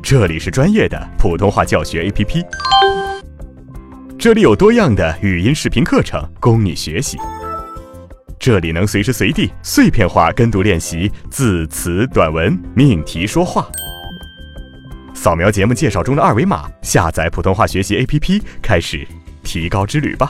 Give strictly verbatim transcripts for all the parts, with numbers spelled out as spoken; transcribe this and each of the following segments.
这里是专业的普通话教学 A P P， 这里有多样的语音视频课程供你学习，这里能随时随地碎片化跟读练习字词短文命题说话。扫描节目介绍中的二维码，下载普通话学习 A P P， 开始提高之旅吧。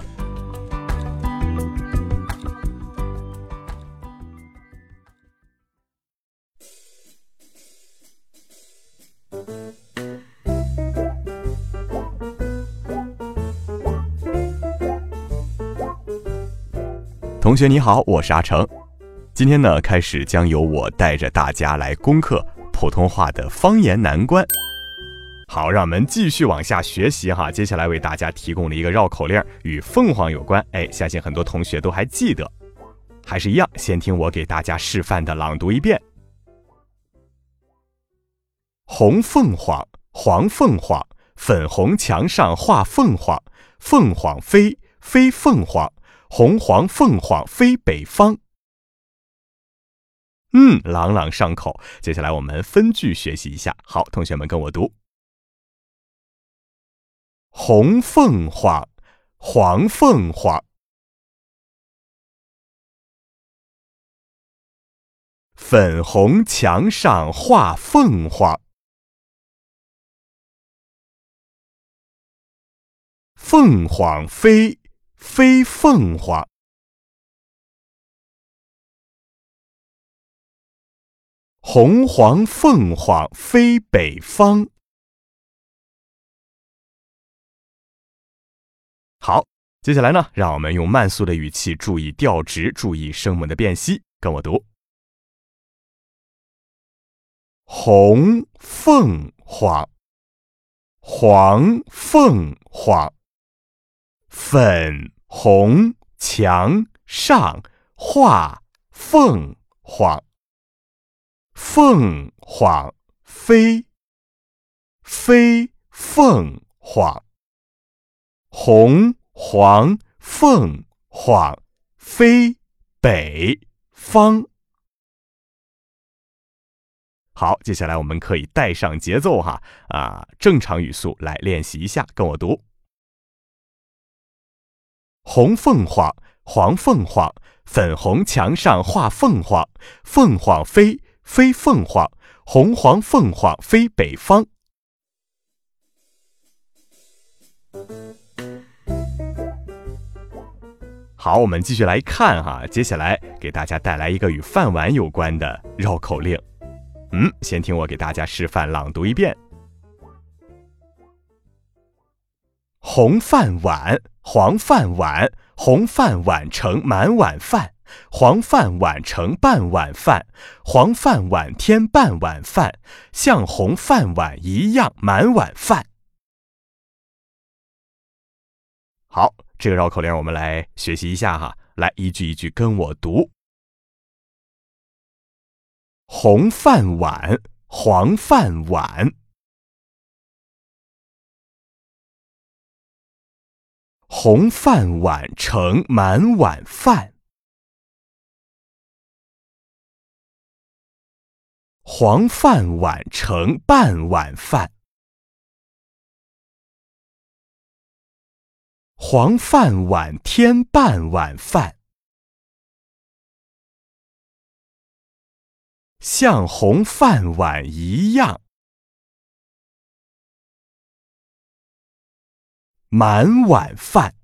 同学你好，我是阿成。今天呢，开始将由我带着大家来攻克普通话的方言难关。好，让我们继续往下学习哈。接下来为大家提供了一个绕口令，与凤凰有关。哎，相信很多同学都还记得。还是一样，先听我给大家示范的朗读一遍。红凤凰，黄凤凰，粉红墙上画凤凰，凤凰飞，飞凤凰，红黄凤凰飞北方。嗯，朗朗上口。接下来我们分句学习一下。好，同学们跟我读。红凤凰，黄凤凰，粉红墙上画凤凰，凤凰飞，飞凤凰，红黄凤凰飞北方。好，接下来呢，让我们用慢速的语气，注意调值，注意声母的辨析，跟我读。红凤凰，黄凤凰，粉红墙上画凤凰，凤凰飞，飞凤凰，红黄凤凰飞北方。好，接下来我们可以带上节奏哈，啊，正常语速来练习一下，跟我读。红凤凰，黄凤凰，粉红墙上画凤凰，凤凰飞，飞凤凰，红黄凤凰飞北方。好，我们继续来看哈，接下来给大家带来一个与饭碗有关的绕口令。嗯，先听我给大家示范朗读一遍。红饭碗，黄饭碗，红饭碗盛满碗饭，黄饭碗盛半碗饭，黄饭碗添半碗饭，像红饭碗一样满碗饭。好，这个绕口令我们来学习一下哈，来一句一句跟我读。红饭碗，黄饭碗，红饭碗盛满碗饭，黄饭碗盛半碗饭，黄饭碗添半碗饭，像红饭碗一样满碗饭。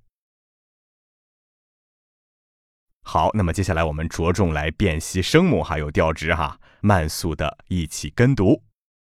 好，那么接下来我们着重来辨析声母还有调值哈，慢速的一起跟读。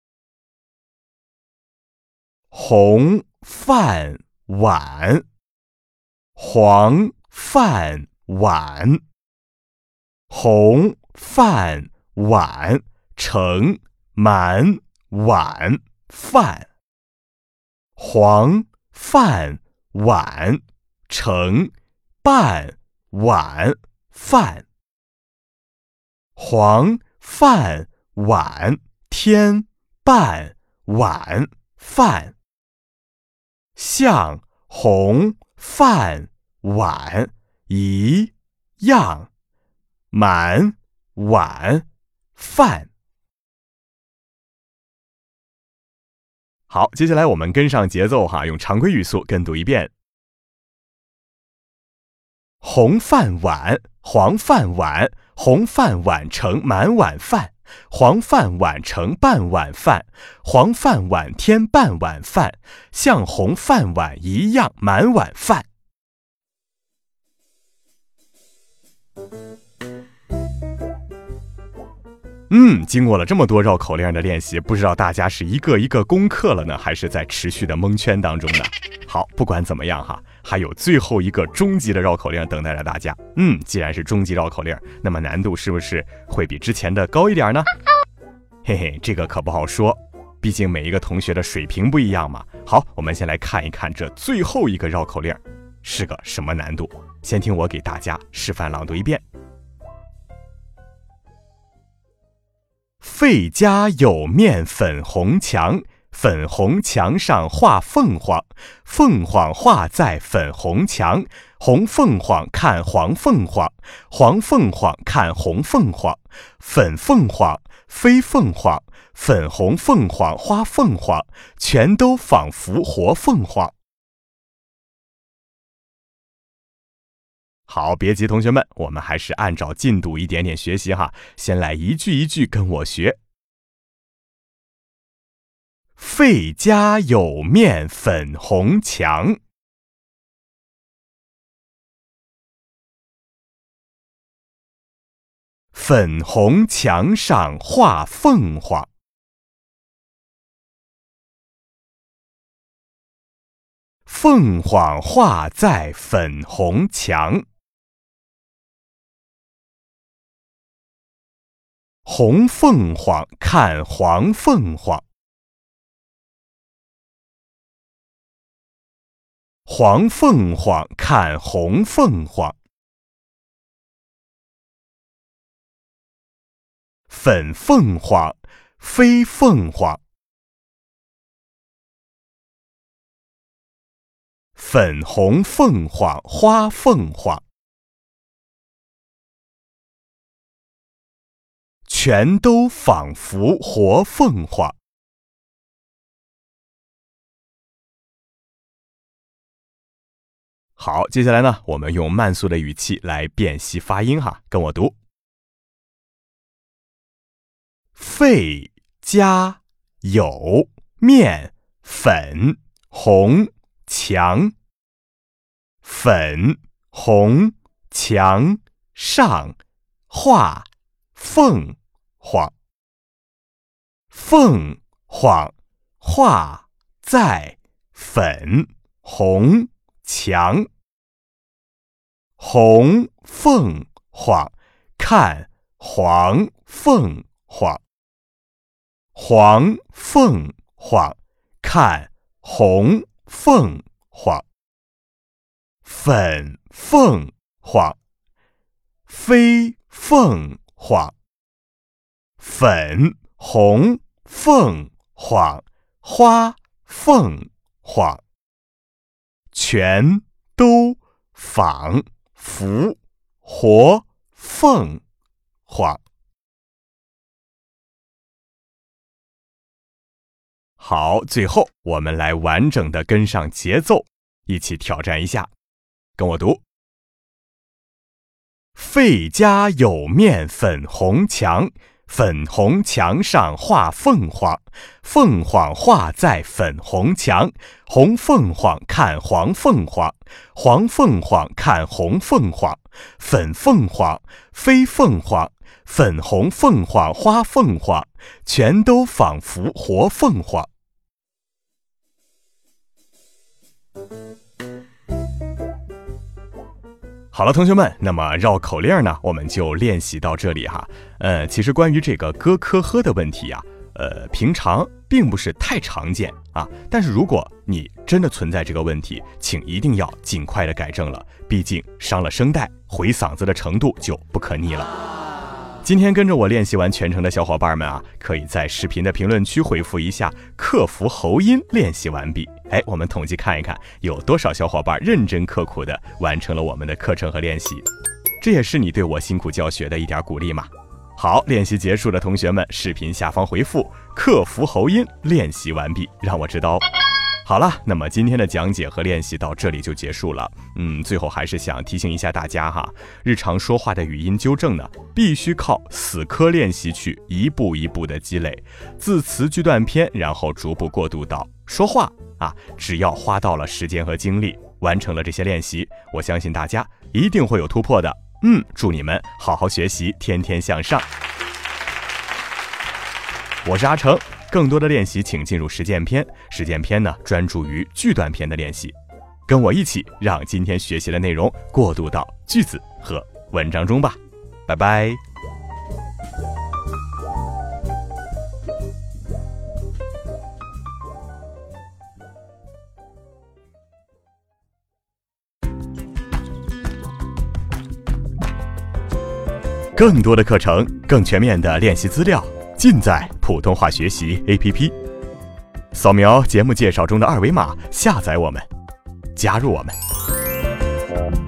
红饭碗，黄饭碗，红饭碗盛满碗饭，黄饭碗盛半碗饭，黄饭碗添半碗饭，像红饭碗一样满碗饭。 好，接下来我们跟上节奏哈，用常规语速跟读一遍。红饭碗，黄饭碗，红饭碗盛满碗饭，黄饭碗盛半碗饭，黄饭碗添半碗饭，像红饭碗一样满碗饭。嗯，经过了这么多绕口令的练习，不知道大家是一个一个攻克了呢，还是在持续的蒙圈当中呢？好，不管怎么样哈，还有最后一个终极的绕口令等待着大家。嗯，既然是终极绕口令，那么难度是不是会比之前的高一点呢？嘿嘿，这个可不好说，毕竟每一个同学的水平不一样嘛。好，我们先来看一看这最后一个绕口令是个什么难度。先听我给大家示范朗读一遍。费家有面粉红墙，粉红墙上画凤凰，凤凰画在粉红墙，红凤凰看黄凤凰，黄凤凰看红凤凰，粉凤凰飞凤凰，粉红凤凰花凤凰，全都仿佛活凤凰。好，别急，同学们，我们还是按照进度一点点学习哈。先来一句一句跟我学。费家有面粉红墙，粉红墙上画凤凰，凤凰画在粉红墙，红凤凰看黄凤凰，黄凤凰看红凤凰，粉凤凰飞凤凰，粉红凤凰花凤凰，全都仿佛活凤凰。好，接下来呢，我们用慢速的语气来辨析发音哈，跟我读。费家有面粉红墙，粉红墙上画凤凰，凤凰画在粉红墙，红凤凰看黄凤凰，黄凤凰看红凤凰，粉凤凰飞凤凰，粉红凤凰花凤凰，全都仿佛活凤凰。好，最后我们来完整的跟上节奏，一起挑战一下，跟我读。费家有面粉红墙，粉红墙上画凤凰，凤凰画在粉红墙，红凤凰看黄凤凰，黄凤凰看红凤凰，粉凤凰飞凤凰，粉红凤凰花凤凰，全都仿佛活凤凰。好了，同学们，那么绕口令呢，我们就练习到这里哈。呃，其实关于这个咯科呵的问题啊，呃，平常并不是太常见啊。但是如果你真的存在这个问题，请一定要尽快的改正了，毕竟伤了声带，毁嗓子的程度就不可逆了。今天跟着我练习完全程的小伙伴们啊，可以在视频的评论区回复一下克服喉音练习完毕。哎，我们统计看一看有多少小伙伴认真刻苦的完成了我们的课程和练习，这也是你对我辛苦教学的一点鼓励嘛。 好，练习结束的同学们，视频下方回复克服喉音练习完毕，让我知道哦。好了，那么今天的讲解和练习到这里就结束了。嗯，最后还是想提醒一下大家哈，日常说话的语音纠正呢，必须靠死磕练习去一步一步的积累，字词句断篇，然后逐步过渡到说话啊。只要花到了时间和精力，完成了这些练习，我相信大家一定会有突破的。嗯，祝你们好好学习，天天向上。我是阿成，更多的练习请进入实践篇。实践篇呢，专注于句断篇的练习。跟我一起，让今天学习的内容过渡到句子和文章中吧。拜拜。更多的课程，更全面的练习资料，尽在普通话学习 A P P。扫描节目介绍中的二维码，下载我们，加入我们。